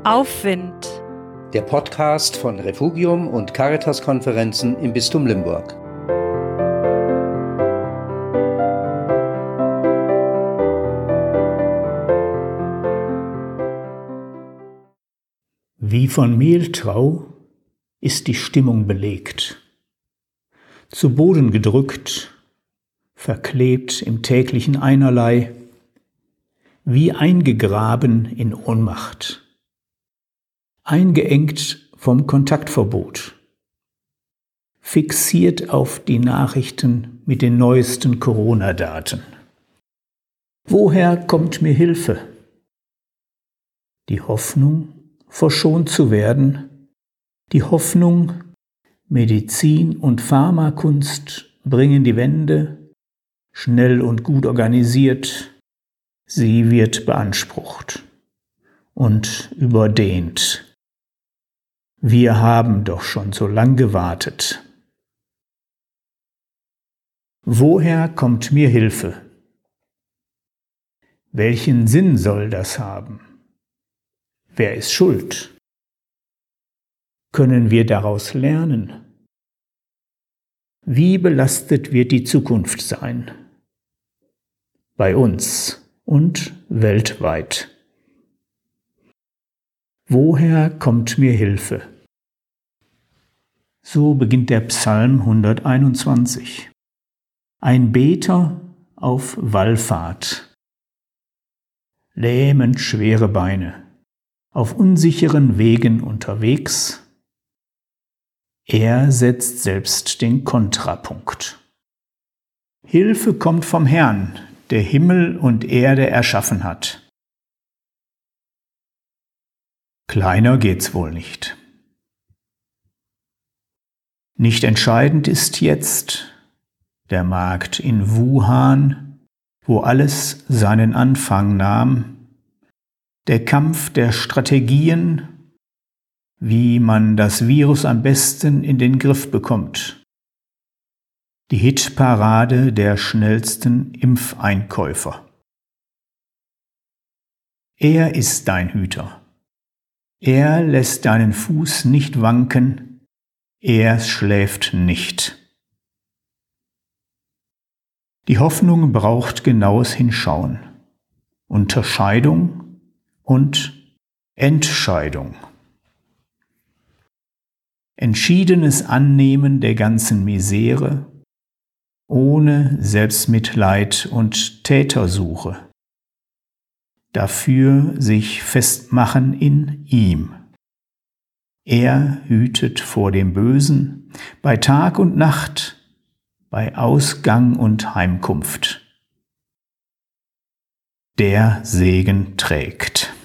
Aufwind. Der Podcast von Refugium und Caritas-Konferenzen im Bistum Limburg. Wie von Mehltau ist die Stimmung belegt, zu Boden gedrückt, verklebt im täglichen Einerlei, wie eingegraben in Ohnmacht, eingeengt vom Kontaktverbot, fixiert auf die Nachrichten mit den neuesten Corona-Daten. Woher kommt mir Hilfe? Die Hoffnung, verschont zu werden, die Hoffnung, Medizin und Pharmakunst bringen die Wende, schnell und gut organisiert, sie wird beansprucht und überdehnt. Wir haben doch schon so lang gewartet. Woher kommt mir Hilfe? Welchen Sinn soll das haben? Wer ist schuld? Können wir daraus lernen? Wie belastet wird die Zukunft sein? Bei uns und weltweit. Woher kommt mir Hilfe? So beginnt der Psalm 121. Ein Beter auf Wallfahrt. Lähmend schwere Beine, auf unsicheren Wegen unterwegs. Er setzt selbst den Kontrapunkt. Hilfe kommt vom Herrn, der Himmel und Erde erschaffen hat. Kleiner geht's wohl nicht. Nicht entscheidend ist jetzt der Markt in Wuhan, wo alles seinen Anfang nahm, der Kampf der Strategien, wie man das Virus am besten in den Griff bekommt, die Hitparade der schnellsten Impfeinkäufer. Er ist dein Hüter. Er lässt deinen Fuß nicht wanken, er schläft nicht. Die Hoffnung braucht genaues Hinschauen, Unterscheidung und Entscheidung. Entschiedenes Annehmen der ganzen Misere, ohne Selbstmitleid und Tätersuche. Dafür sich festmachen in ihm. Er hütet vor dem Bösen, bei Tag und Nacht, bei Ausgang und Heimkunft. Der Segen trägt.